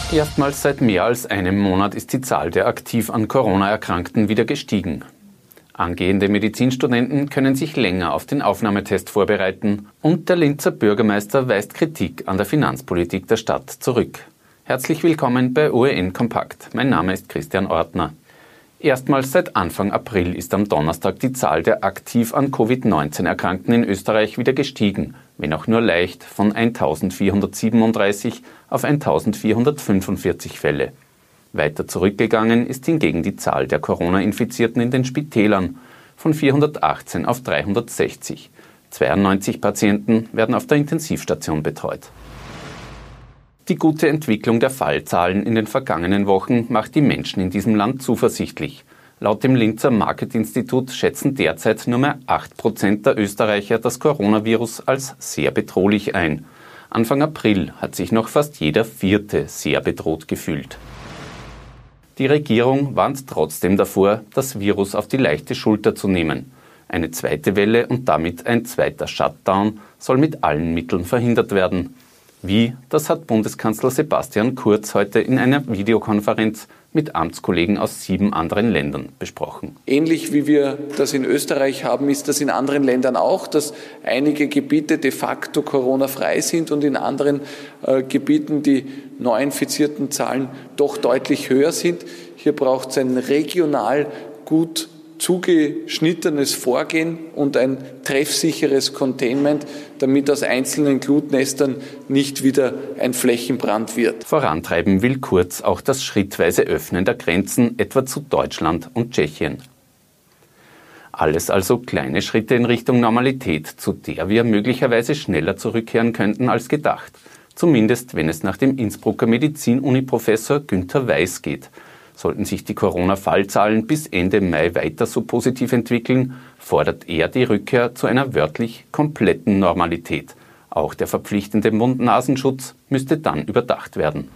Erstmals seit mehr als einem Monat ist die Zahl der aktiv an Corona Erkrankten wieder gestiegen. Angehende Medizinstudenten können sich länger auf den Aufnahmetest vorbereiten und der Linzer Bürgermeister weist Kritik an der Finanzpolitik der Stadt zurück. Herzlich willkommen bei ORN Kompakt. Mein Name ist Christian Ortner. Erstmals seit Anfang April ist am Donnerstag die Zahl der aktiv an Covid-19 Erkrankten in Österreich wieder gestiegen, wenn auch nur leicht, von 1.437 auf 1.445 Fälle. Weiter zurückgegangen ist hingegen die Zahl der Corona-Infizierten in den Spitälern von 418 auf 360. 92 Patienten werden auf der Intensivstation betreut. Die gute Entwicklung der Fallzahlen in den vergangenen Wochen macht die Menschen in diesem Land zuversichtlich. Laut dem Linzer Market-Institut schätzen derzeit nur mehr 8% der Österreicher das Coronavirus als sehr bedrohlich ein. Anfang April hat sich noch fast jeder Vierte sehr bedroht gefühlt. Die Regierung warnt trotzdem davor, das Virus auf die leichte Schulter zu nehmen. Eine zweite Welle und damit ein zweiter Shutdown soll mit allen Mitteln verhindert werden. Wie, das hat Bundeskanzler Sebastian Kurz heute in einer Videokonferenz mit Amtskollegen aus 7 anderen Ländern besprochen. Ähnlich wie wir das in Österreich haben, ist das in anderen Ländern auch, dass einige Gebiete de facto Corona-frei sind und in anderen Gebieten die neuinfizierten Zahlen doch deutlich höher sind. Hier braucht es ein regional gut zugeschnittenes Vorgehen und ein treffsicheres Containment, damit aus einzelnen Glutnestern nicht wieder ein Flächenbrand wird. Vorantreiben will Kurz auch das schrittweise Öffnen der Grenzen, etwa zu Deutschland und Tschechien. Alles also kleine Schritte in Richtung Normalität, zu der wir möglicherweise schneller zurückkehren könnten als gedacht. Zumindest wenn es nach dem Innsbrucker Medizin-Uni-Professor Günther Weiß geht. Sollten sich die Corona-Fallzahlen bis Ende Mai weiter so positiv entwickeln, fordert er die Rückkehr zu einer wörtlich kompletten Normalität. Auch der verpflichtende Mund-Nasenschutz müsste dann überdacht werden.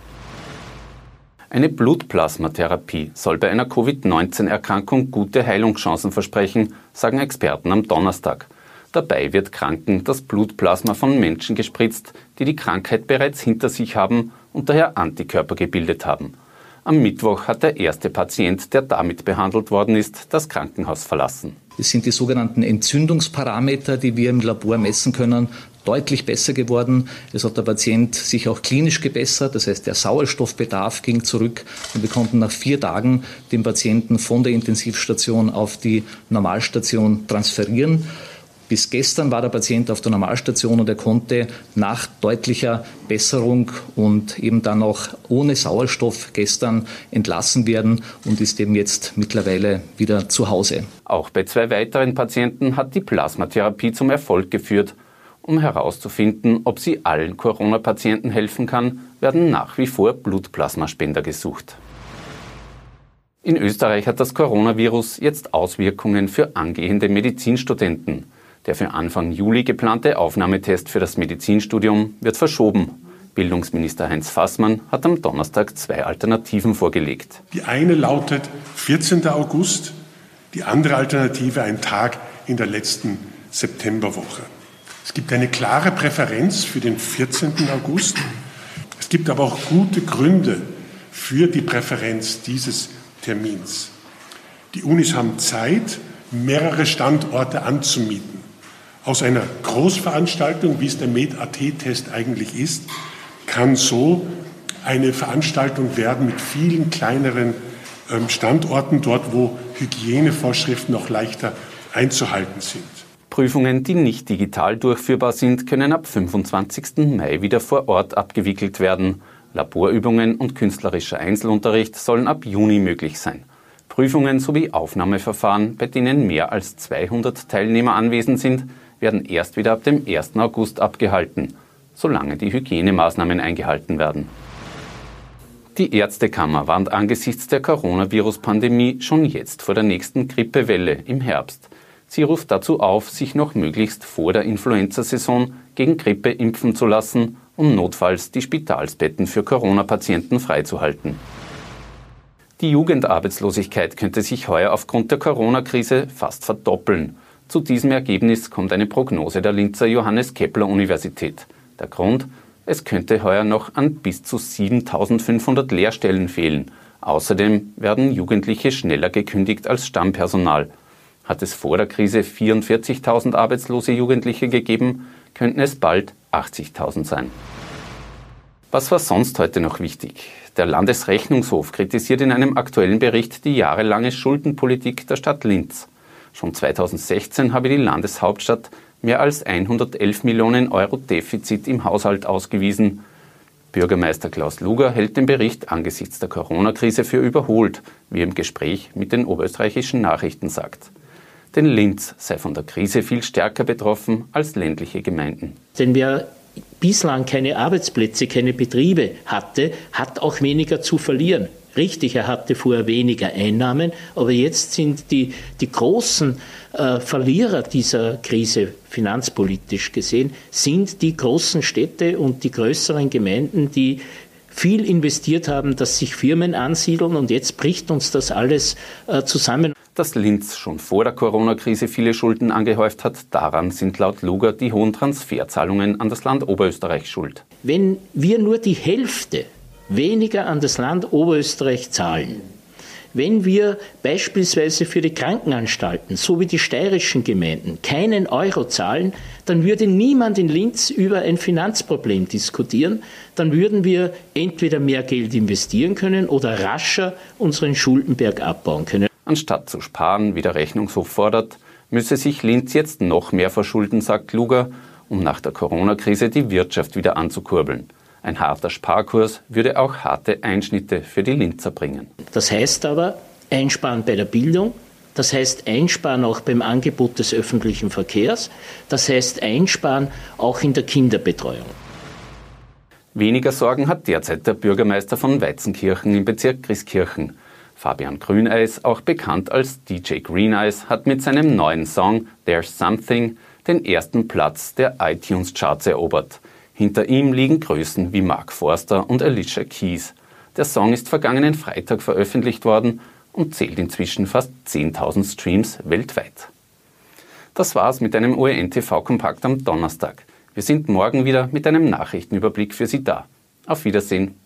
Eine Blutplasmatherapie soll bei einer Covid-19-Erkrankung gute Heilungschancen versprechen, sagen Experten am Donnerstag. Dabei wird Kranken das Blutplasma von Menschen gespritzt, die die Krankheit bereits hinter sich haben und daher Antikörper gebildet haben. Am Mittwoch hat der erste Patient, der damit behandelt worden ist, das Krankenhaus verlassen. Es sind die sogenannten Entzündungsparameter, die wir im Labor messen können, deutlich besser geworden. Es hat der Patient sich auch klinisch gebessert, das heißt der Sauerstoffbedarf ging zurück und wir konnten nach 4 Tagen den Patienten von der Intensivstation auf die Normalstation transferieren. Bis gestern war der Patient auf der Normalstation und er konnte nach deutlicher Besserung und eben dann auch ohne Sauerstoff gestern entlassen werden und ist eben jetzt mittlerweile wieder zu Hause. Auch bei 2 weiteren Patienten hat die Plasmatherapie zum Erfolg geführt. Um herauszufinden, ob sie allen Corona-Patienten helfen kann, werden nach wie vor Blutplasmaspender gesucht. In Österreich hat das Coronavirus jetzt Auswirkungen für angehende Medizinstudenten. Der für Anfang Juli geplante Aufnahmetest für das Medizinstudium wird verschoben. Bildungsminister Heinz Fassmann hat am Donnerstag 2 Alternativen vorgelegt. Die eine lautet 14. August, die andere Alternative ein Tag in der letzten Septemberwoche. Es gibt eine klare Präferenz für den 14. August. Es gibt aber auch gute Gründe für die Präferenz dieses Termins. Die Unis haben Zeit, mehrere Standorte anzumieten. Aus einer Großveranstaltung, wie es der Med-AT-Test eigentlich ist, kann so eine Veranstaltung werden mit vielen kleineren Standorten, dort wo Hygienevorschriften auch leichter einzuhalten sind. Prüfungen, die nicht digital durchführbar sind, können ab 25. Mai wieder vor Ort abgewickelt werden. Laborübungen und künstlerischer Einzelunterricht sollen ab Juni möglich sein. Prüfungen sowie Aufnahmeverfahren, bei denen mehr als 200 Teilnehmer anwesend sind, werden erst wieder ab dem 1. August abgehalten, solange die Hygienemaßnahmen eingehalten werden. Die Ärztekammer warnt angesichts der Coronavirus-Pandemie schon jetzt vor der nächsten Grippewelle im Herbst. Sie ruft dazu auf, sich noch möglichst vor der Influenza-Saison gegen Grippe impfen zu lassen, um notfalls die Spitalsbetten für Corona-Patienten freizuhalten. Die Jugendarbeitslosigkeit könnte sich heuer aufgrund der Corona-Krise fast verdoppeln. Zu diesem Ergebnis kommt eine Prognose der Linzer Johannes-Kepler-Universität. Der Grund? Es könnte heuer noch an bis zu 7.500 Lehrstellen fehlen. Außerdem werden Jugendliche schneller gekündigt als Stammpersonal. Hat es vor der Krise 44.000 arbeitslose Jugendliche gegeben, könnten es bald 80.000 sein. Was war sonst heute noch wichtig? Der Landesrechnungshof kritisiert in einem aktuellen Bericht die jahrelange Schuldenpolitik der Stadt Linz. Schon 2016 habe die Landeshauptstadt mehr als 111 Millionen Euro Defizit im Haushalt ausgewiesen. Bürgermeister Klaus Luger hält den Bericht angesichts der Corona-Krise für überholt, wie er im Gespräch mit den oberösterreichischen Nachrichten sagt. Denn Linz sei von der Krise viel stärker betroffen als ländliche Gemeinden. Denn wer bislang keine Arbeitsplätze, keine Betriebe hatte, hat auch weniger zu verlieren. Richtig, er hatte vorher weniger Einnahmen, aber jetzt sind die großen Verlierer dieser Krise, finanzpolitisch gesehen, sind die großen Städte und die größeren Gemeinden, die viel investiert haben, dass sich Firmen ansiedeln, und jetzt bricht uns das alles zusammen. Dass Linz schon vor der Corona-Krise viele Schulden angehäuft hat, daran sind laut Luger die hohen Transferzahlungen an das Land Oberösterreich schuld. Wenn wir nur die Hälfte weniger an das Land Oberösterreich zahlen, wenn wir beispielsweise für die Krankenanstalten, so wie die steirischen Gemeinden, keinen Euro zahlen, dann würde niemand in Linz über ein Finanzproblem diskutieren. Dann würden wir entweder mehr Geld investieren können oder rascher unseren Schuldenberg abbauen können. Anstatt zu sparen, wie der Rechnungshof fordert, müsse sich Linz jetzt noch mehr verschulden, sagt Luger, um nach der Corona-Krise die Wirtschaft wieder anzukurbeln. Ein harter Sparkurs würde auch harte Einschnitte für die Linzer bringen. Das heißt aber, einsparen bei der Bildung, das heißt einsparen auch beim Angebot des öffentlichen Verkehrs, das heißt einsparen auch in der Kinderbetreuung. Weniger Sorgen hat derzeit der Bürgermeister von Weizenkirchen im Bezirk Christkirchen. Fabian Grüneis, auch bekannt als DJ Greeneis, hat mit seinem neuen Song There's Something den ersten Platz der iTunes-Charts erobert. Hinter ihm liegen Größen wie Mark Forster und Alicia Keys. Der Song ist vergangenen Freitag veröffentlicht worden und zählt inzwischen fast 10.000 Streams weltweit. Das war's mit einem ORN-TV-Kompakt am Donnerstag. Wir sind morgen wieder mit einem Nachrichtenüberblick für Sie da. Auf Wiedersehen.